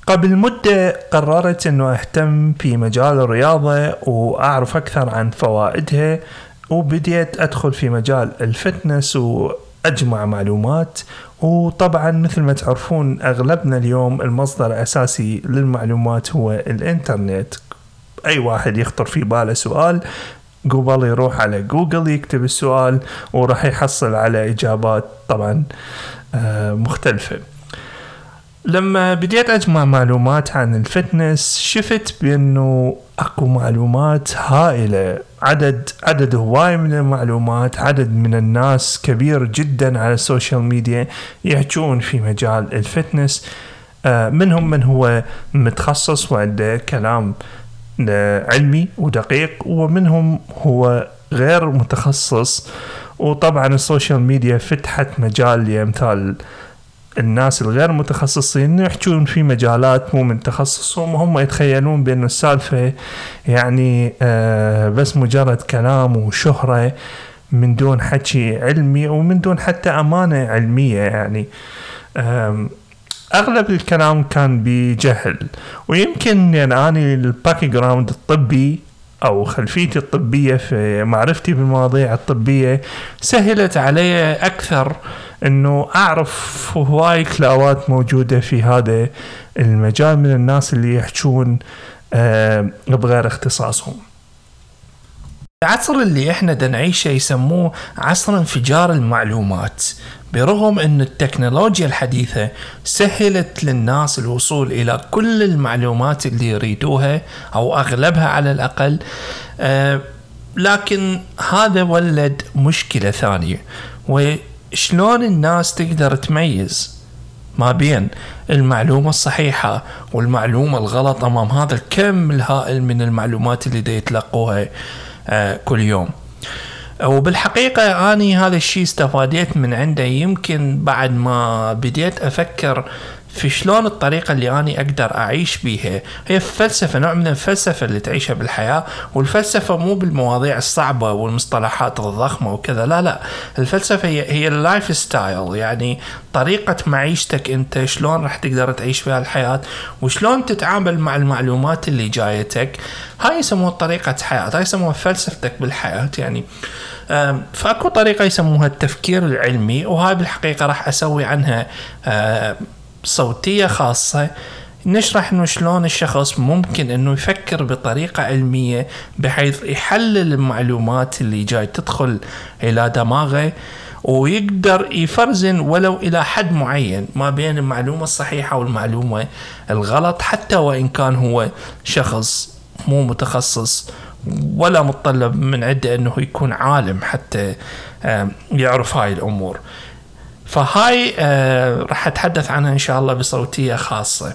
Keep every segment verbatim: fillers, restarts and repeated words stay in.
قبل مدة قررت أنه أهتم في مجال الرياضة وأعرف أكثر عن فوائدها، وبديت أدخل في مجال الفتنس وأجمع معلومات. وطبعا مثل ما تعرفون أغلبنا اليوم المصدر الأساسي للمعلومات هو الإنترنت. أي واحد يخطر في باله سؤال قبل يروح على جوجل يكتب السؤال وراح يحصل على إجابات طبعا مختلفة. لما بديت أجمع معلومات عن الفتنس شفت بأنه أكو معلومات هائلة، عدد عدد هواي من المعلومات، عدد من الناس كبير جدا على السوشيال ميديا يحجون في مجال الفتنس، منهم من هو متخصص وعنده كلام علمي ودقيق، ومنهم هو غير متخصص. وطبعا السوشيال ميديا فتحت مجال لأمثال الناس الغير متخصصين يحجون في مجالات مو من تخصصهم، وهم يتخيلون بأن السالفة يعني آه بس مجرد كلام وشهرة من دون حكي علمي ومن دون حتى أمانة علمية. يعني أغلب الكلام كان بجهل، ويمكن يعني أنا الباك جراوند الطبي أو خلفيتي الطبية في معرفتي بالمواضيع الطبية سهلت علي أكثر أنه أعرف هواي كلاوات موجودة في هذا المجال من الناس اللي يحجون أه بغير اختصاصهم. العصر اللي احنا دا نعيشه يسموه عصر انفجار المعلومات، برغم أن التكنولوجيا الحديثة سهلت للناس الوصول إلى كل المعلومات اللي يريدوها أو أغلبها على الأقل، أه لكن هذا ولد مشكلة ثانية، وشلون الناس تقدر تميز ما بين المعلومة الصحيحة والمعلومة الغلط أمام هذا الكم الهائل من المعلومات اللي دا يتلقوها أه كل يوم. وبالحقيقة أني هذا الشيء استفادت من عنده يمكن بعد ما بديت أفكر في شلون الطريقة اللي أنا أقدر أعيش بيها. هي فلسفة، نوع من الفلسفة اللي تعيشها بالحياة، والفلسفة مو بالمواضيع الصعبة والمصطلحات الضخمة وكذا، لا لا، الفلسفة هي, هي اللايف ستايل، يعني طريقة معيشتك أنت، شلون رح تقدر تعيش فيها الحياة وشلون تتعامل مع المعلومات اللي جايتك. هاي يسموها طريقة حياة، هاي يسموها فلسفتك بالحياة. يعني فأكو طريقة يسموها التفكير العلمي، وهاي بالحقيقة راح أسوي عنها صوتية خاصة نشرح إنه شلون الشخص ممكن إنه يفكر بطريقة علمية بحيث يحلل المعلومات اللي جاي تدخل إلى دماغه، ويقدر يفرزن ولو إلى حد معين ما بين المعلومة الصحيحة والمعلومة الغلط، حتى وإن كان هو شخص مو متخصص ولا متطلب من عنده أنه يكون عالم حتى يعرف هاي الأمور. فهاي راح أتحدث عنها إن شاء الله بصوتية خاصة.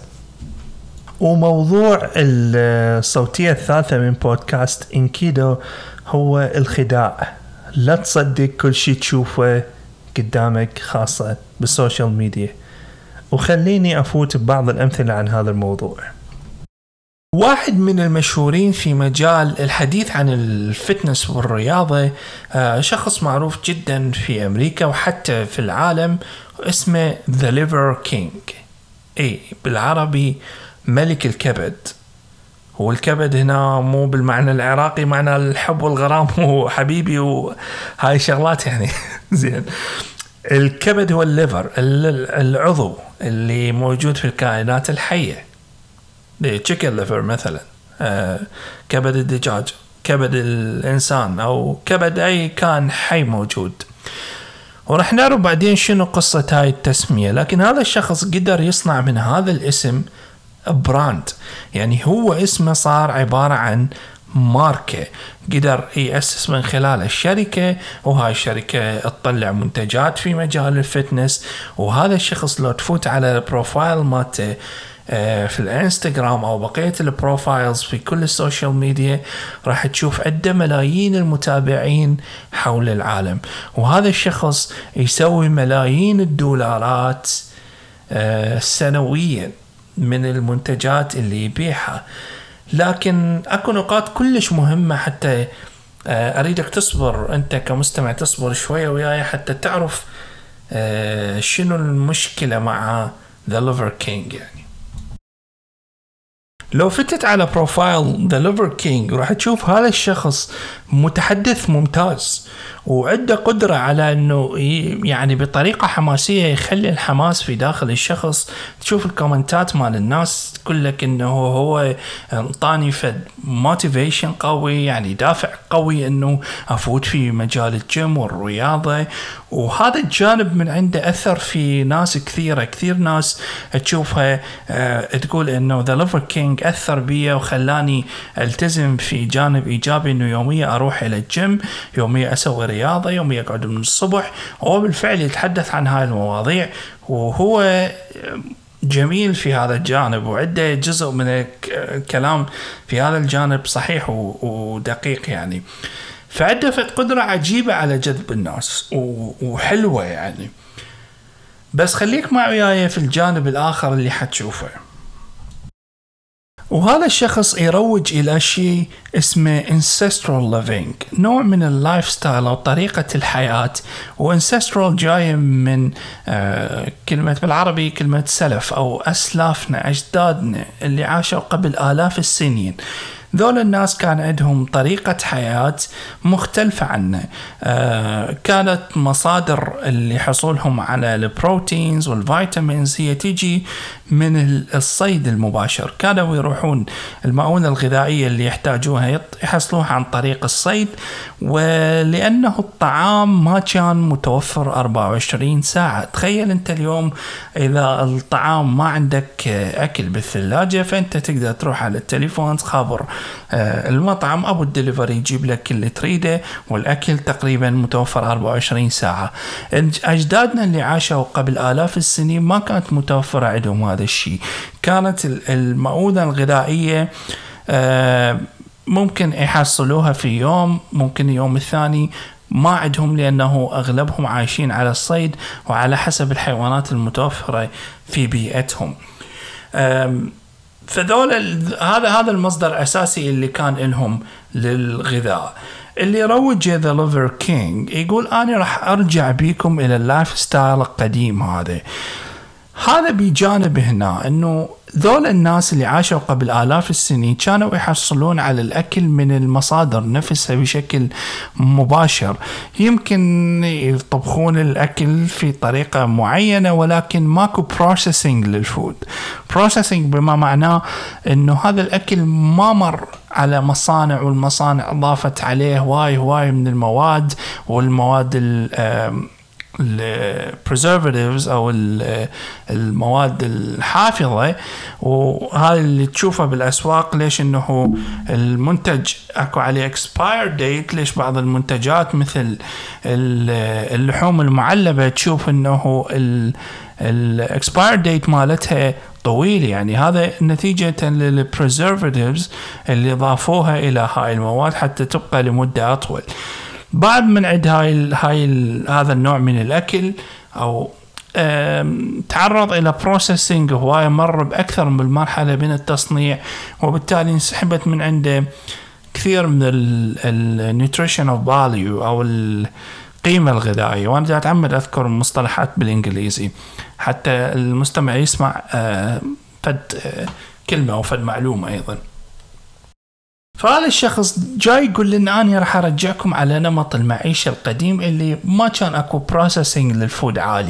وموضوع الصوتية الثالثة من بودكاست إنكيدو هو الخداع. لا تصدق كل شيء تشوفه قدامك خاصة بالسوشيال ميديا، وخليني أفوت ببعض الأمثلة عن هذا الموضوع. واحد من المشهورين في مجال الحديث عن الفتنس والرياضة، شخص معروف جدا في أمريكا وحتى في العالم، اسمه The Liver King، اي بالعربي ملك الكبد. هو الكبد هنا مو بالمعنى العراقي، معنى الحب والغرام وحبيبي وهاي شغلات يعني زين. الكبد هو الليفر، العضو اللي موجود في الكائنات الحية، chicken liver مثلا، آه كبد الدجاج، كبد الإنسان، أو كبد أي كان حي موجود. ورح نعرف بعدين شنو قصة هاي التسمية. لكن هذا الشخص قدر يصنع من هذا الاسم براند، يعني هو اسمه صار عبارة عن ماركة، قدر يأسس من خلال الشركة، وهاي الشركة تطلع منتجات في مجال الفتنس. وهذا الشخص لو تفوت على البروفايل مالته في الانستغرام أو بقية البروفايلز في كل السوشيال ميديا راح تشوف عدة ملايين المتابعين حول العالم. وهذا الشخص يسوي ملايين الدولارات سنويا من المنتجات اللي يبيعها. لكن أكو نقاط كلش مهمة حتى أريدك تصبر أنت كمستمع، تصبر شوية وياي حتى تعرف شنو المشكلة مع The Liver King. يعني لو فتت على بروفايل ذا ليفر كينج راح تشوف هذا الشخص متحدث ممتاز وعنده قدرة على أنه يعني بطريقة حماسية يخلي الحماس في داخل الشخص. تشوف الكومنتات مال الناس تقول لك أنه هو انطاني فد موتيفيشن قوي، يعني دافع قوي أنه أفوت في مجال الجيم والرياضة، وهذا الجانب من عنده أثر في ناس كثيرة. كثير ناس تشوفها أه تقول أنه ذا ليفر كينج أثر بي وخلاني ألتزم في جانب إيجابي، أنه يوميا أروح إلى الجيم، يوميا أسوي رياضة، يوميا أقعد من الصبح. وهو بالفعل يتحدث عن هاي المواضيع وهو جميل في هذا الجانب، وعنده جزء من الكلام في هذا الجانب صحيح ودقيق يعني. فعنده قدرة عجيبة على جذب الناس وحلوة يعني. بس خليك معي في الجانب الآخر اللي حتشوفه. وهذا الشخص يروج إلى شيء اسمه ancestral living، نوع من اللايف ستايل أو طريقة الحياة. و-ancestral جاي من آه كلمة بالعربي كلمة سلف أو أسلافنا، أجدادنا اللي عاشوا قبل آلاف السنين. ذول الناس كان عندهم طريقة حياة مختلفة عنا. آه كانت مصادر اللي حصولهم على البروتينز والفيتامينز هي تيجي من الصيد المباشر. كانوا يروحون المؤونة الغذائية اللي يحتاجوها يحصلوها عن طريق الصيد، ولأنه الطعام ما كان متوفر أربعة وعشرين ساعة. تخيل أنت اليوم إذا الطعام ما عندك أكل بالثلاجة، فأنت تقدر تروح على التليفون تخابر المطعم أبو الدليفري يجيب لك اللي تريده، والأكل تقريبا متوفر أربعة وعشرين ساعة. أجدادنا اللي عاشوا قبل آلاف السنين ما كانت متوفرة عندهم هذا الشيء. كانت المؤونة الغذائية ممكن يحصلوها في يوم، ممكن يوم الثاني ما عندهم، لأنه أغلبهم عايشين على الصيد وعلى حسب الحيوانات المتوفرة في بيئتهم. فذول هذا هذا المصدر الأساسي اللي كان لهم للغذاء. اللي روج ذا ليفر كينج يقول أنا راح أرجع بيكم إلى اللايف ستايل القديم. هذا هذا بجانب هنا أنه ذول الناس اللي عاشوا قبل آلاف السنين كانوا يحصلون على الأكل من المصادر نفسها بشكل مباشر. يمكن يطبخون الأكل في طريقة معينة، ولكن ماكو بروسيسنج للفود. بروسيسنج بما معناه أنه هذا الأكل ما مر على مصانع، والمصانع أضافت عليه هواي هواي من المواد والمواد ال البريزرفاتيفز او المواد الحافظه، وهذا اللي تشوفه بالاسواق. ليش انه المنتج اكو عليه اكسباير ديت؟ ليش بعض المنتجات مثل اللحوم المعلبه تشوف انه الاكسباير ديت مالتها طويل؟ يعني هذا نتيجه للبريزرفاتيفز اللي ضافوها الى هاي المواد حتى تبقى لمده اطول. بعد من عند هاي هاي هذا النوع من الأكل أو تعرض إلى بروسيسنج هواية، مر بأكثر من مرحلة من التصنيع، وبالتالي انسحبت من عنده كثير من النيوتريشن اوف فاليو أو القيمة الغذائية. وأنا جاي أتعمد أذكر المصطلحات بالإنجليزي حتى المستمع يسمع فد كلمة أو فد معلومة أيضا. فهذا الشخص جاي يقول لنا أنا راح أرجعكم على نمط المعيشة القديم اللي ما كان أكو بروسيسنج للفود عالي.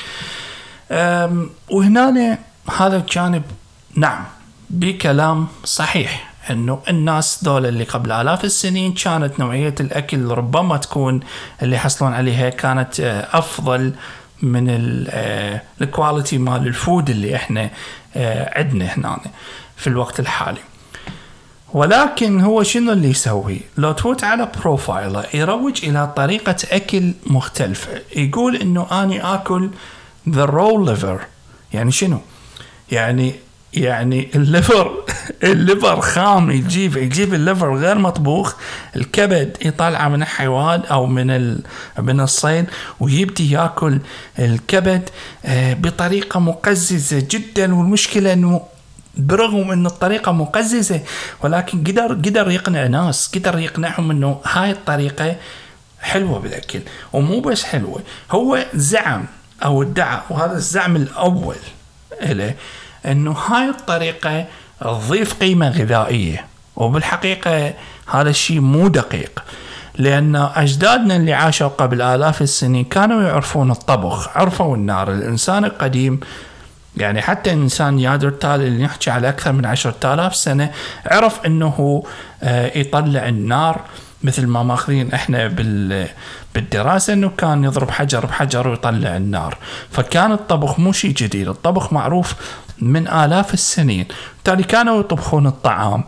وهنا هذا الجانب نعم بكلام صحيح، أنه الناس دول اللي قبل آلاف السنين كانت نوعية الأكل ربما تكون اللي يحصلون عليها كانت أفضل من الكواليتي مال الفود اللي إحنا عندنا هنا في الوقت الحالي. ولكن هو شنو اللي يسوي؟ لو تفوت على بروفايله يروج إلى طريقة أكل مختلفة. يقول إنه أنا آكل the raw liver. يعني شنو؟ يعني يعني الليفر الليفر خام، يجيب يجيب الليفر غير مطبوخ، الكبد يطلع من الحيوان أو من ال من الصيد، ويبدي يأكل الكبد بطريقة مقززة جدا. والمشكلة إنه برغم أن الطريقة مقززة، ولكن قدر قدر يقنع ناس، قدر يقنعهم أنه هاي الطريقة حلوة بالأكل. ومو بس حلوة، هو زعم أو ادعى، وهذا الزعم الأول إله، أنه هاي الطريقة تضيف قيمة غذائية، وبالحقيقة هذا الشيء مو دقيق، لأن أجدادنا اللي عاشوا قبل آلاف السنين كانوا يعرفون الطبخ، عرفوا النار. الإنسان القديم يعني حتى إنسان نياندرتال اللي نحكي على أكثر من عشرة آلاف سنة عرف أنه يطلع النار، مثل ما ماخذين إحنا بالدراسة أنه كان يضرب حجر بحجر ويطلع النار. فكان الطبخ مو شيء جديد، الطبخ معروف من آلاف السنين، بالتالي كانوا يطبخون الطعام.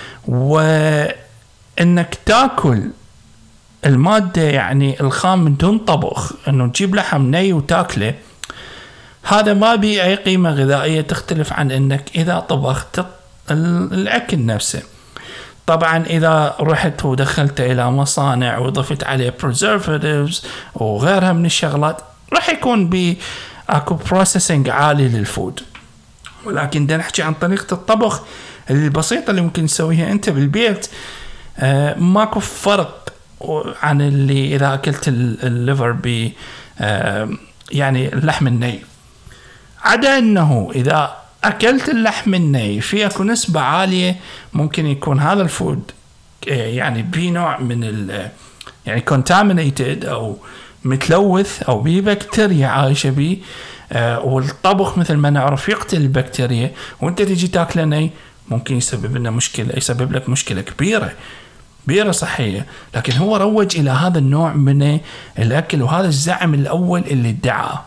وإنك تاكل المادة يعني الخام من دون طبخ، أنه تجيب لحم ني وتاكله، هذا ما بي أي قيمة غذائية تختلف عن أنك إذا طبخت الأكل نفسه. طبعا إذا رحت ودخلت إلى مصانع وضفت عليه preservatives وغيرها من الشغلات، راح يكون بي أكو processing عالي للفود. ولكن دا نحكي عن طريقة الطبخ البسيطة اللي ممكن تسويها أنت بالبيت، آه ماكو فرق عن اللي إذا أكلت الليفر ب آه يعني اللحم الني، عدا أنه إذا أكلت اللحم الني في أكو نسبة عالية ممكن يكون هذا الفود يعني بي نوع من ال يعني contaminated أو متلوث أو بي بكتيريا عايشة بيه. آه والطبخ مثل ما نعرف يقتل البكتيريا، وانت تيجي تاكله ني ممكن يسبب لنا مشكلة، يسبب لك مشكلة كبيرة كبيرة صحية. لكن هو روج إلى هذا النوع من الأكل، وهذا الزعم الأول اللي ادعاه.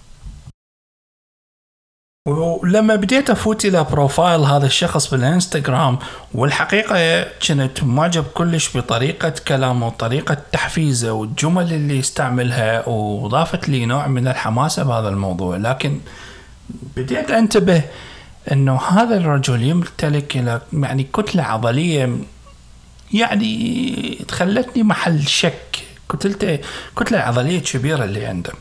ولما بديت أفوت إلى بروفايل هذا الشخص بالإنستغرام، والحقيقة كنت معجب كلش بطريقة كلامه وطريقة تحفيزه والجمل اللي يستعملها، وضافت لي نوع من الحماسة بهذا الموضوع. لكن بديت أنتبه أنه هذا الرجل يمتلك إلى يعني كتلة عضلية يعني خلتني محل شك، كتلته كتلة عضلية كبيرة اللي عنده.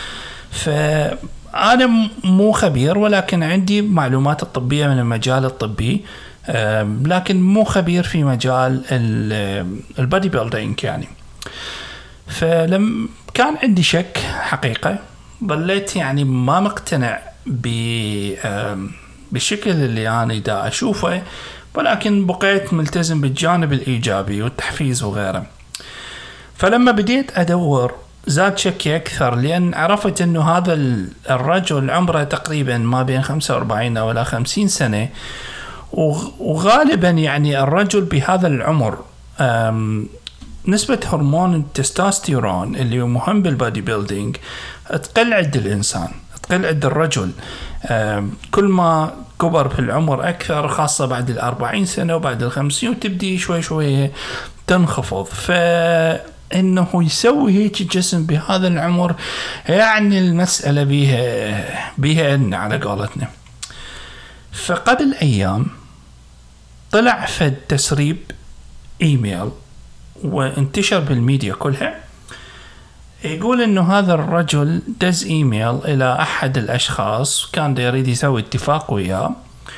فأنا مو خبير، ولكن عندي معلومات الطبية من المجال الطبي، لكن مو خبير في مجال البادي بيلدينج يعني. فلم كان عندي شك حقيقة، ظليت يعني ما مقتنع بالشكل اللي أنا دا أشوفه، ولكن بقيت ملتزم بالجانب الإيجابي والتحفيز وغيره. فلما بديت أدور زاد شكي أكثر، لأن عرفت أنه هذا الرجل عمره تقريبا ما بين خمسة وأربعين ولا خمسين سنة، وغالبا يعني الرجل بهذا العمر نسبة هرمون التستوستيرون اللي مهم بالبادي بيلدينج تقل عند الإنسان، تقل عند الرجل كل ما كبر في العمر أكثر، خاصة بعد الأربعين سنة وبعد الخمسين، وتبدي شوي شوي تنخفض. فإنه يسوي هيك جسم بهذا العمر يعني المسألة بيها بيها إن على قولتنا. فقبل أيام طلع فد تسريب إيميل وانتشر بالميديا كلها، يقول إنه هذا الرجل دز إيميل إلى أحد الأشخاص كان يريد يسوي اتفاق وياه،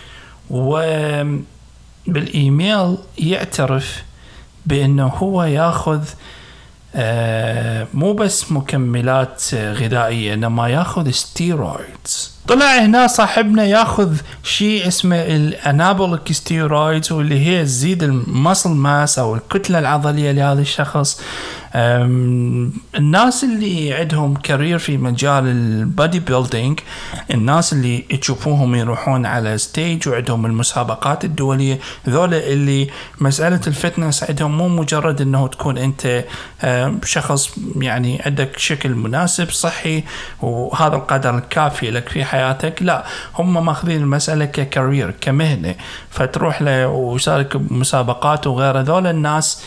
وبالإيميل يعترف بأنه هو يأخذ آه مو بس مكملات غذائية، إنما يأخذ ستيرويدز. طلع هنا صاحبنا يأخذ شيء اسمه الانابوليك ستيرويدز، واللي هي تزيد المسل ماس أو الكتلة العضلية لهذا الشخص. الناس اللي عندهم كارير في مجال البادي بيلدينج، الناس اللي تشوفوهم يروحون على ستيج وعندهم المسابقات الدولية، ذولا اللي مسألة الفتنس عندهم مو مجرد انه تكون انت شخص يعني عندك شكل مناسب صحي وهذا القدر الكافي لك في حياتك، لا، هم ماخذين المسألة ككارير كمهنة، فتروح له وشارك مسابقات وغيره. ذولا الناس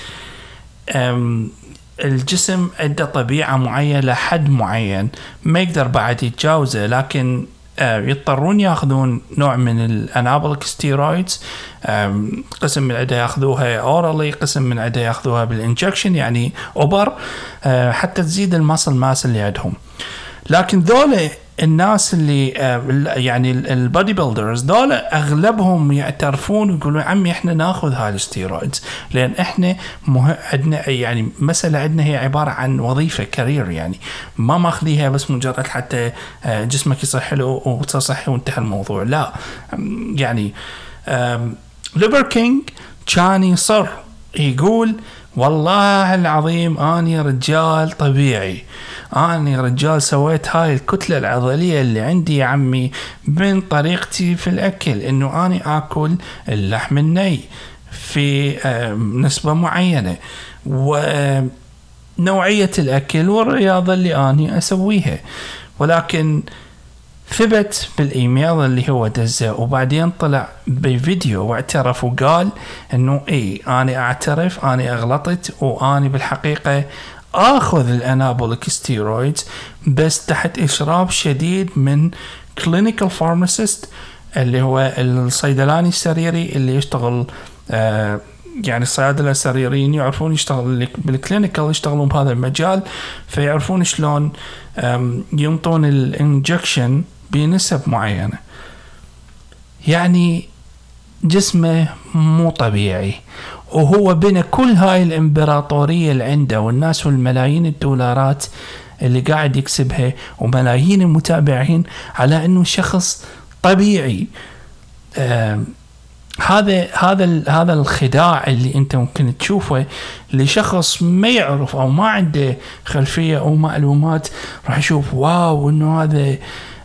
الجسم عنده طبيعة معينة لحد معين ما يقدر بعد يتجاوزه، لكن يضطرون ياخذون نوع من الانابوليك ستيرويدز، قسم من عده ياخذوها اورالي، قسم من عده ياخذوها بالانجكشن يعني اوبر، حتى تزيد الماسل ماس اللي عندهم. لكن ذولا الناس اللي يعني البادي بيلدرز دول اغلبهم يعترفون ويقولون عمي احنا ناخذ هاي الستيرويدز لان احنا مه... عندنا يعني مسألة عندنا هي عبارة عن وظيفة كارير، يعني ما ماخذيها بس مجرد حتى جسمك يصح له وتصحي وانتهى الموضوع، لا، يعني ليفر كينج كان يصر يقول والله العظيم أني رجال طبيعي، أني رجال سويت هاي الكتلة العضلية اللي عندي يا عمي من طريقتي في الأكل، إنه أني أكل اللحم الني في نسبة معينة ونوعية الأكل والرياضة اللي أني أسويها. ولكن ثبت بالإيميل اللي هو دزه، وبعدين طلع بفيديو واعترف وقال إنه إيه أنا أعترف أنا أغلطت، وأنا بالحقيقة أخذ الأنابوليك ستيرويدز بس تحت إشراف شديد من clinical pharmacist اللي هو الصيدلاني السريري اللي يشتغل آه يعني الصيادلة السريريين يعرفون يشتغل بالكلينيكال، يشتغلون بهذا المجال، فيعرفون شلون ينطون الانجكشن بنسب معينة. يعني جسمه مو طبيعي، وهو بين كل هاي الامبراطورية اللي عنده والناس والملايين الدولارات اللي قاعد يكسبها وملايين المتابعين على انه شخص طبيعي. هذا هذا هذا الخداع اللي انت ممكن تشوفه لشخص ما يعرف او ما عنده خلفيه او معلومات، راح يشوف واو انه هذا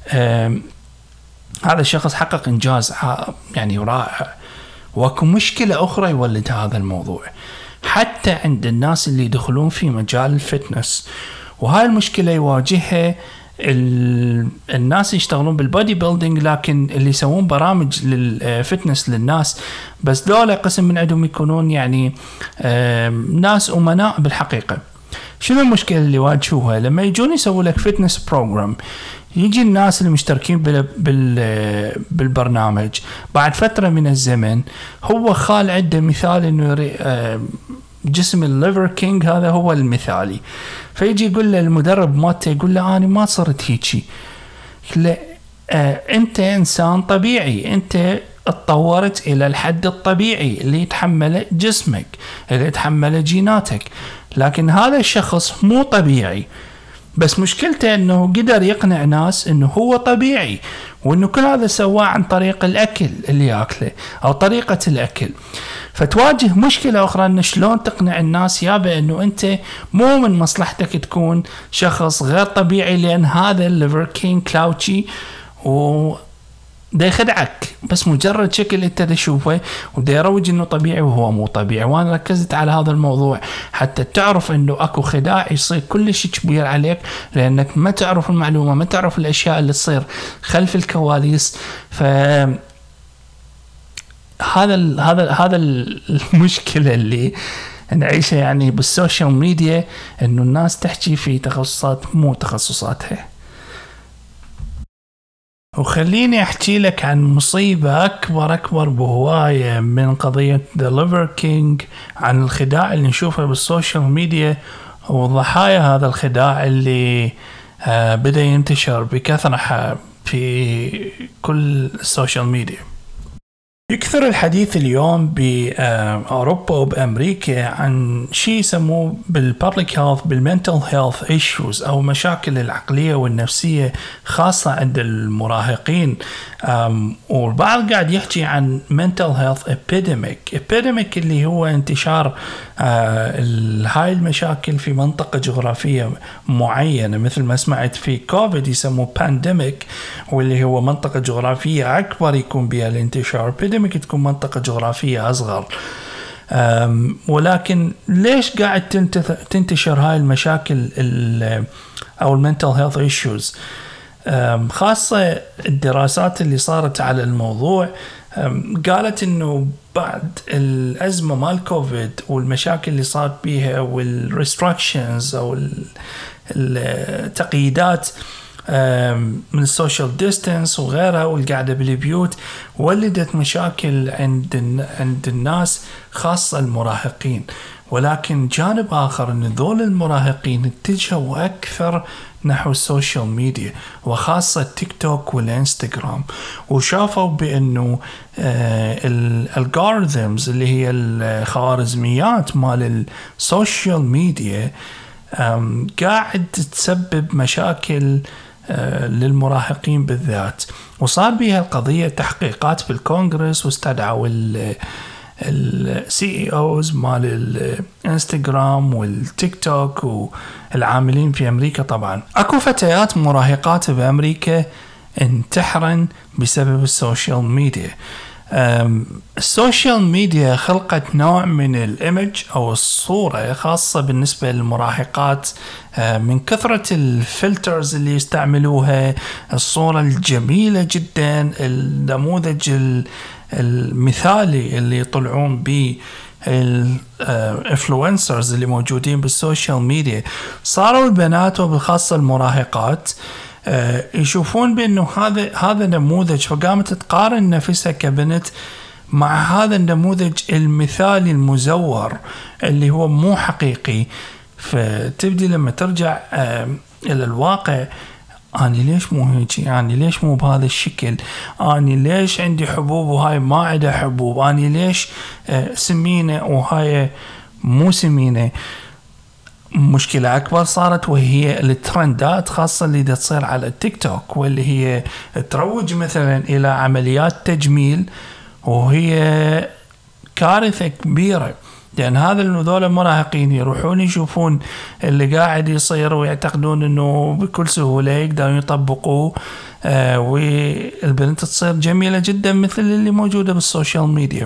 هذا الشخص حقق انجاز يعني رائع. واكو مشكله اخرى يولد هذا الموضوع حتى عند الناس اللي يدخلون في مجال الفتنس، وهاي المشكله يواجهها الناس يشتغلون بالبودي بيلدينج لكن اللي يسوون برامج للفتنس للناس، بس دولة قسم من عندهم يكونون يعني ناس أمناء بالحقيقة. شنو المشكلة اللي يواجهوها لما يجون يسووا لك فتنس بروجرام؟ يجي الناس اللي مشتركين بال بال بالبرنامج بعد فترة من الزمن هو خال عنده مثال إنه جسم الليفر كينج هذا هو المثالي، فيجي يقول له المدرب مالته يقول له أنا ما صرت هيجي، لا آه أنت إنسان طبيعي، أنت اتطورت إلى الحد الطبيعي اللي يتحمله جسمك اللي يتحمله جيناتك، لكن هذا الشخص مو طبيعي. بس مشكلته انه قدر يقنع ناس انه هو طبيعي، وانه كل هذا سواه عن طريق الاكل اللي ياكله او طريقة الاكل. فتواجه مشكلة اخرى انه شلون تقنع الناس يابا انه انت مو من مصلحتك تكون شخص غير طبيعي، لان هذا الليفر كينج كلاوتشي و ده يخدعك بس مجرد شكل انت تشوفه وده يروج انه طبيعي وهو مو طبيعي. وانا ركزت على هذا الموضوع حتى تعرف انه اكو خداع يصير كل شيء كبير عليك، لانك ما تعرف المعلومة، ما تعرف الاشياء اللي تصير خلف الكواليس. ف هذا ال هذا هذا المشكلة اللي نعيشها يعني بالسوشيال ميديا، انه الناس تحكي في تخصصات مو تخصصاتها. وخليني أحكي لك عن مصيبة أكبر أكبر بهواية من قضية The Liver King، عن الخداع اللي نشوفه بالسوشيال ميديا وضحايا هذا الخداع اللي آه بدأ ينتشر بكثرة في كل السوشيال ميديا. يكثر الحديث اليوم بأوروبا وبأمريكا عن شيء يسموه بالبابليك هيلث بالمنتل هيلث ايشوز أو مشاكل العقلية والنفسية خاصة عند المراهقين، والبعض قاعد يحكي عن mental health epidemic epidemic اللي هو انتشار هاي المشاكل في منطقة جغرافية معينة، مثل ما سمعت في كوفيد يسموه بانديميك، واللي هو منطقة جغرافية أكبر يكون بها الانتشار، epidemic تكون منطقة جغرافية أصغر. ولكن ليش قاعد تنتشر هاي المشاكل أو المنتل هيلث ايشوز؟ خاصة الدراسات اللي صارت على الموضوع قالت انه بعد الازمة مال كوفيد والمشاكل اللي صارت بيها والريستركشنز او التقييدات من السوشيال ديستانس وغيرها والقعدة بالبيوت، ولدت مشاكل عند عند الناس خاصة المراهقين. ولكن جانب آخر أن ذول المراهقين اتجهوا أكثر نحو السوشيال ميديا وخاصة تيك توك والإنستغرام، وشافوا بأنه الالغوريثمز اللي هي الخوارزميات مال السوشيال ميديا قاعد تسبب مشاكل للمراهقين بالذات. وصار بها القضية تحقيقات في الكونغرس، واستدعوا السي اي اوز مال الانستغرام والتيك توك والعاملين في أمريكا. طبعا أكو فتيات مراهقات بأمريكا انتحرن بسبب السوشيال ميديا. السوشيال ميديا خلقت نوع من الإيمج أو الصورة خاصة بالنسبة للمراهقات من كثرة الفلترز اللي يستعملوها، الصورة الجميلة جدا، النموذج المثالي اللي يطلعون به الانفلونسرز اللي موجودين بالسوشيال ميديا. صاروا البنات وبالخاصة المراهقات يشوفون بأنه هذا هذا نموذج، فقامت تقارن نفسها كبنت مع هذا النموذج المثالي المزور اللي هو مو حقيقي. فتبدي لما ترجع إلى الواقع، أني ليش مو هيك؟ أني ليش مو بهذا الشكل؟ أني ليش عندي حبوب وهاي ما عندها حبوب؟ أني ليش سمينة وهاي مو سمينة؟ مشكلة أكبر صارت وهي الترندات، خاصة اللي دا تصير على التيك توك، واللي هي تروج مثلا إلى عمليات تجميل، وهي كارثة كبيرة. لأن هذا الذول المراهقين يروحون يشوفون اللي قاعد يصير ويعتقدون أنه بكل سهولة يقدرون يطبقوه، آه والبنت تصير جميلة جدا مثل اللي موجودة بالسوشيال ميديا.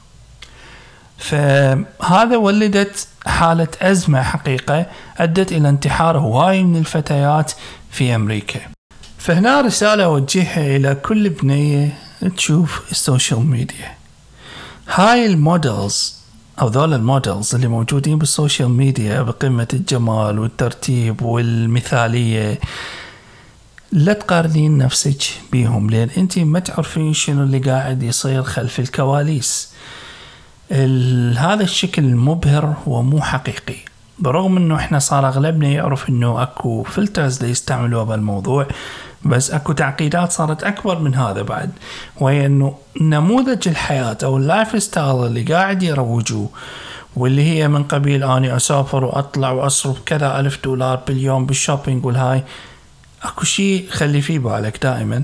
فهذا ولدت حالة أزمة حقيقة أدت إلى انتحار هواي من الفتيات في أمريكا. فهنا رسالة أوجهها إلى كل بنية تشوف السوشيال ميديا. هاي المودلز أو ذول المودلز اللي موجودين بالسوشيال ميديا بقمة الجمال والترتيب والمثالية، لا تقارنين نفسك بيهم، لأن أنت ما تعرفين شنو اللي قاعد يصير خلف الكواليس. هذا الشكل المبهر ومو حقيقي، برغم انه احنا صار اغلبنا يعرف انه اكو فلترز اللي يستعملوها بالموضوع، بس اكو تعقيدات صارت اكبر من هذا بعد، وهي انه نموذج الحياة او اللايف ستايل اللي قاعد يروجوه، واللي هي من قبيل اني اسافر واطلع واصرف كذا الف دولار باليوم بالشوبينج والهاي، اكو شيء خلي فيه بالك دائما،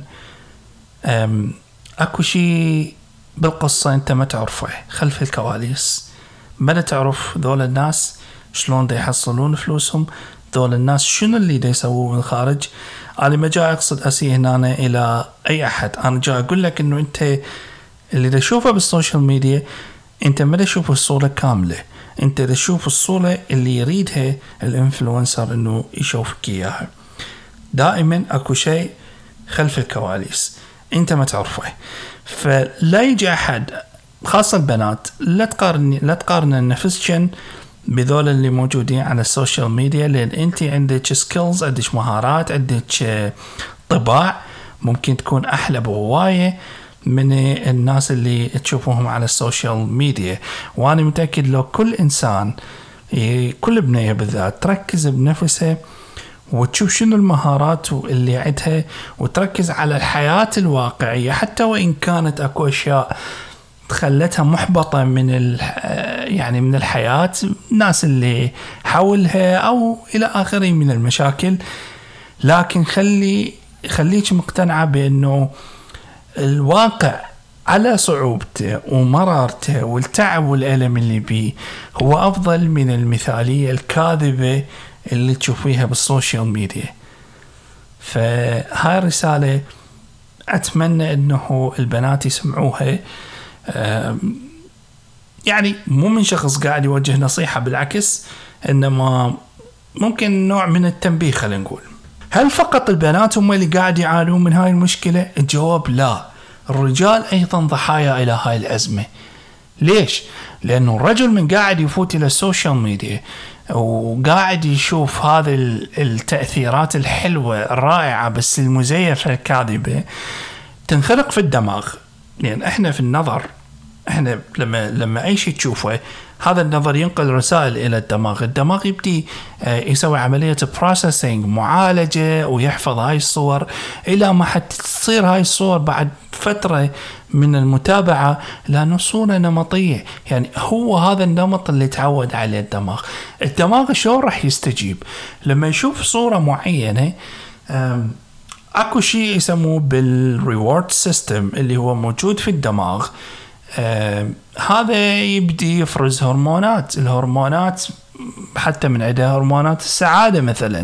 اكو شيء بالقصة انت ما تعرفه خلف الكواليس. ما تعرف ذول الناس شلون دا يحصلون فلوسهم، ذول الناس شنو اللي دا يسووه من الخارج. انا ما جاي اقصد اسي هنا الى اي احد، انا جاي اقول لك انه انت اللي دا تشوفه بالسوشيال ميديا انت ما دا تشوف الصورة كاملة، انت دا تشوف الصورة اللي يريدها الانفلونسر انه يشوفك اياها. دائما اكو شيء خلف الكواليس انت ما تعرفه. فلا يجي أحد خاصة البنات لا تقارن لا تقارن نفسك بذول اللي موجودين على السوشيال ميديا، لأن أنت عندك سكيلز، عندك مهارات، عندك طباع ممكن تكون أحلى بهواية من الناس اللي تشوفوهم على السوشيال ميديا. وأنا متأكد لو كل إنسان كل بنية بالذات تركز بنفسها وتشوف شنو المهارات اللي عندها وتركز على الحياة الواقعية، حتى وإن كانت أكو أشياء خلتها محبطة من يعني من الحياة، الناس اللي حولها أو إلى آخره من المشاكل، لكن خلي خليك مقتنعة بأنه الواقع على صعوبته ومرارته والتعب والألم اللي بيه هو أفضل من المثالية الكاذبة اللي تشوفيها بالسوشيال ميديا. فهاي الرسالة أتمنى أنه البنات يسمعوها، يعني مو من شخص قاعد يوجه نصيحة، بالعكس إنما ممكن نوع من التنبيه. خلينا نقول هل فقط البنات هم اللي قاعد يعانون من هاي المشكلة؟ الجواب لا، الرجال أيضا ضحايا إلى هاي الأزمة. ليش؟ لأنه الرجل من قاعد يفوت إلى السوشيال ميديا وقاعد يشوف هذه التأثيرات الحلوة الرائعة بس المزيفة الكاذبة تنخرق في الدماغ. لأن إحنا في النظر، إحنا لما لما أي شيء تشوفه هذا النظر ينقل رسائل إلى الدماغ، الدماغ يبدي يسوي عملية processing معالجة ويحفظ هاي الصور إلى ما حتصير هاي الصور بعد فترة من المتابعة لأنه صورة نمطية. يعني هو هذا النمط اللي تعود عليه الدماغ. الدماغ شو راح يستجيب لما يشوف صورة معينة اكو شيء يسموه بالريورد سيستم اللي هو موجود في الدماغ. آه هذا يبدي يفرز هرمونات، الهرمونات حتى من عدة هرمونات السعادة مثلا،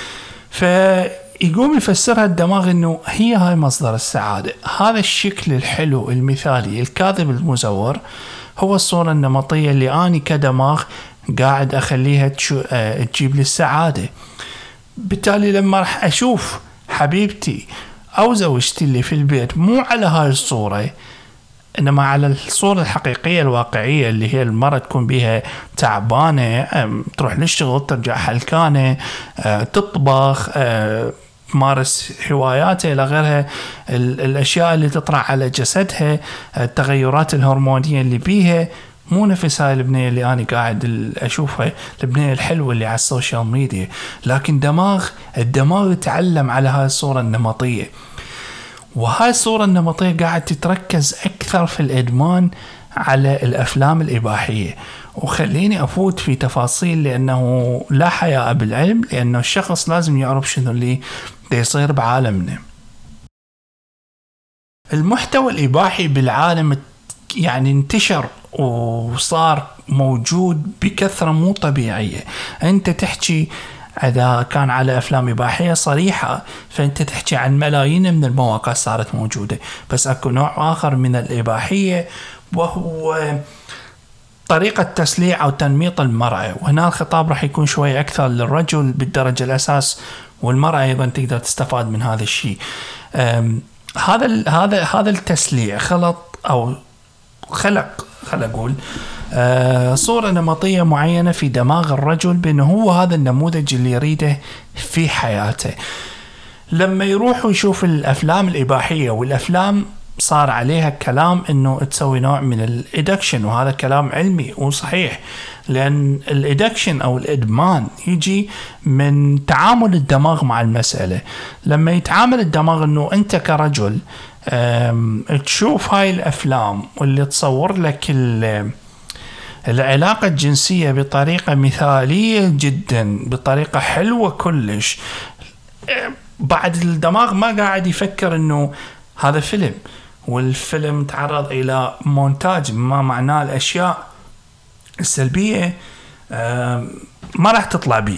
فيقوم يفسرها الدماغ انه هي هاي مصدر السعادة. هذا الشكل الحلو المثالي الكاذب المزور هو الصورة النمطية اللي اني كدماغ قاعد اخليها تجيب لي السعادة. بالتالي لما راح اشوف حبيبتي او زوجتي اللي في البيت مو على هاي الصورة، انما على الصورة الحقيقية الواقعية اللي هي المرأة تكون بيها تعبانة، تروح للشغل ترجع حلكانة، تطبخ، تمارس هواياتها الى غيرها، الاشياء اللي تطرح على جسدها، التغيرات الهرمونية اللي بيها، مو نفس هاي البنية اللي أنا قاعد أشوفها، البنية الحلوة اللي على السوشيال ميديا. لكن دماغ الدماغ يتعلم على هاي الصورة النمطية، وهاي الصورة النمطية قاعد تتركز أكثر في الإدمان على الأفلام الإباحية. وخليني أفوت في تفاصيل لأنه لا حياء بالعلم، لأنه الشخص لازم يعرف شنو اللي يصير بعالمنا. المحتوى الإباحي بالعالم يعني انتشر وصار موجود بكثرة مو طبيعية. أنت تحكي إذا كان على أفلام إباحية صريحة فأنت تحكي عن ملايين من المواقع صارت موجودة، بس أكو نوع آخر من الإباحية وهو طريقة تسليع أو تنميط المرأة، وهنا الخطاب راح يكون شوي أكثر للرجل بالدرجة الأساس، والمرأة أيضا تقدر تستفاد من هذا الشيء. هذا هذا هذا التسليع خلط أو خلق خل أقول آه صورة نمطية معينة في دماغ الرجل بأنه هو هذا النموذج اللي يريده في حياته. لما يروح ويشوف الأفلام الإباحية، والأفلام صار عليها كلام أنه تسوي نوع من الإدكشن، وهذا كلام علمي وصحيح، لأن الإدكشن أو الإدمان يجي من تعامل الدماغ مع المسألة. لما يتعامل الدماغ أنه أنت كرجل تشوف هاي الأفلام واللي تصور لك العلاقة الجنسية بطريقة مثالية جدا، بطريقة حلوة كلش، بعد الدماغ ما قاعد يفكر أنه هذا فيلم، والفيلم تعرض إلى مونتاج ما معناه الأشياء السلبية ما راح تطلع بيه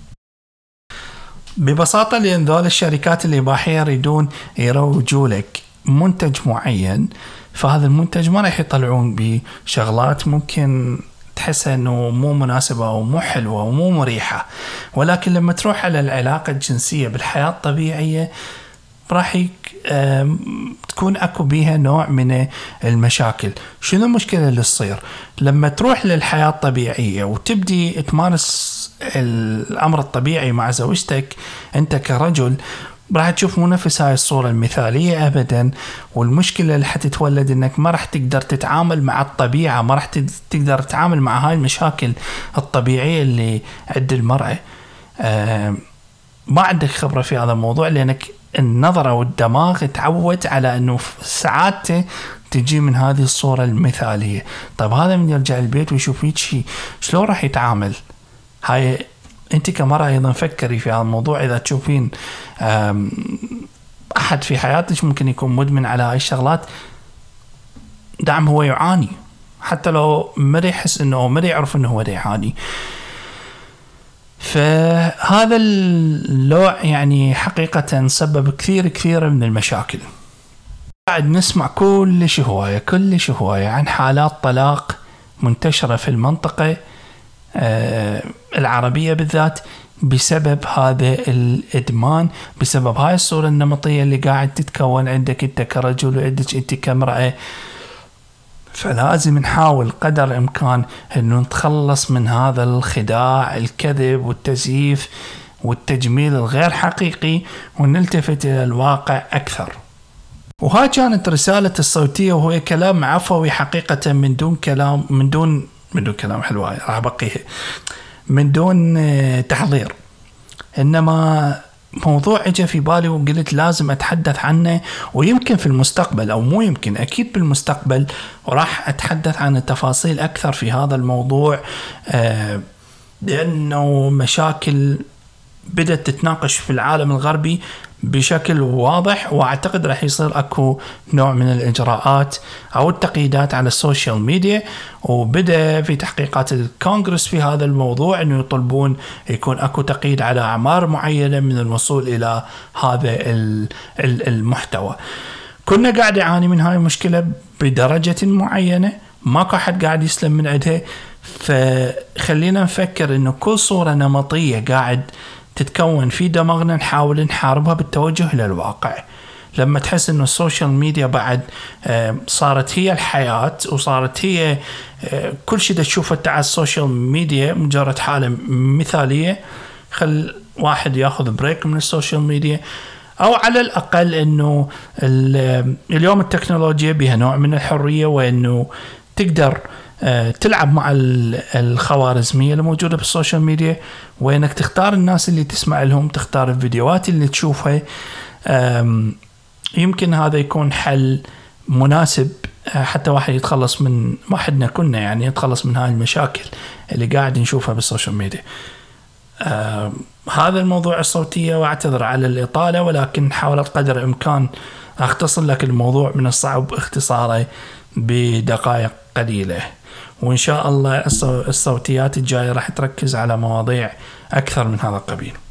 ببساطة، لأن ذول الشركات الإباحية يريدون يروجوا لك منتج معين، فهذا المنتج ما راح يطلعون بشغلات ممكن تحس انه مو مناسبة او مو حلوة ومو مريحة. ولكن لما تروح على العلاقة الجنسية بالحياة الطبيعية راح تكون اكو بيها نوع من المشاكل. شنو المشكلة اللي تصير لما تروح للحياة الطبيعية وتبدي تمارس الامر الطبيعي مع زوجتك؟ انت كرجل راح تشوف مو نفس هاي الصورة المثالية أبدا، والمشكلة اللي حتتولد إنك ما راح تقدر تتعامل مع الطبيعة، ما راح تقدر تتعامل مع هاي المشاكل الطبيعية اللي عند المرأة. آه ما عندك خبرة في هذا الموضوع، لأنك النظرة والدماغ تعود على أنه سعادته تجي من هذه الصورة المثالية. طب هذا من يرجع البيت ويشوف هيك شيء شلون راح يتعامل؟ هاي انت كمرأة ايضا فكري في هذا الموضوع. اذا تشوفين احد في حياتك ممكن يكون مدمن على هاي الشغلات، دعم هو يعاني، حتى لو ما يحس انه ما يعرف انه هو يعاني. فهذا اللوع يعني حقيقة سبب كثير كثير من المشاكل. قاعد نسمع كل شيء هواية كل شيء هواية عن حالات طلاق منتشرة في المنطقة آه العربية بالذات بسبب هذا الإدمان، بسبب هاي الصورة النمطية اللي قاعد تتكون عندك انت كرجل وعندك انت كامرأة. فلازم نحاول قدر الإمكان انه نتخلص من هذا الخداع، الكذب والتزييف والتجميل الغير حقيقي، ونلتفت إلى الواقع أكثر. وهاي كانت رسالة الصوتية، وهو كلام عفوي حقيقة من دون كلام من دون من دون كلام حلو، راح بقيه من دون تحضير. إنما موضوع اجى في بالي وقلت لازم أتحدث عنه، ويمكن في المستقبل أو مو يمكن أكيد بالمستقبل وراح أتحدث عن التفاصيل أكثر في هذا الموضوع، لأنه مشاكل بدأت تتناقش في العالم الغربي بشكل واضح، واعتقد راح يصير اكو نوع من الاجراءات او التقييدات على السوشيال ميديا. وبدأ في تحقيقات الكونغرس في هذا الموضوع انه يطلبون يكون اكو تقييد على اعمار معينة من الوصول الى هذا المحتوى. كنا قاعد نعاني من هاي المشكلة بدرجة معينة، ماكو حد قاعد يسلم من عندها. فخلينا نفكر انه كل صورة نمطية قاعد تتكون في دماغنا نحاول نحاربها بالتوجه للواقع. لما تحس انه السوشيال ميديا بعد صارت هي الحياة وصارت هي كل شيء تشوفه على السوشيال ميديا مجرد حالة مثالية، خل واحد ياخذ بريك من السوشيال ميديا، او على الاقل انه اليوم التكنولوجيا بها نوع من الحرية، وانه تقدر تلعب مع الخوارزمية اللي موجودة بالسوشيال ميديا، وانك تختار الناس اللي تسمع لهم، تختار الفيديوهات اللي تشوفها. يمكن هذا يكون حل مناسب حتى واحد يتخلص من واحدنا كنا يعني يتخلص من هاي المشاكل اللي قاعد نشوفها بالسوشيال ميديا. هذا الموضوع الصوتية، واعتذر على الإطالة، ولكن حاولت قدر الإمكان أختصر لك الموضوع من الصعب اختصاره بدقائق قليلة. وإن شاء الله الصوتيات الجاية راح تركز على مواضيع أكثر من هذا القبيل.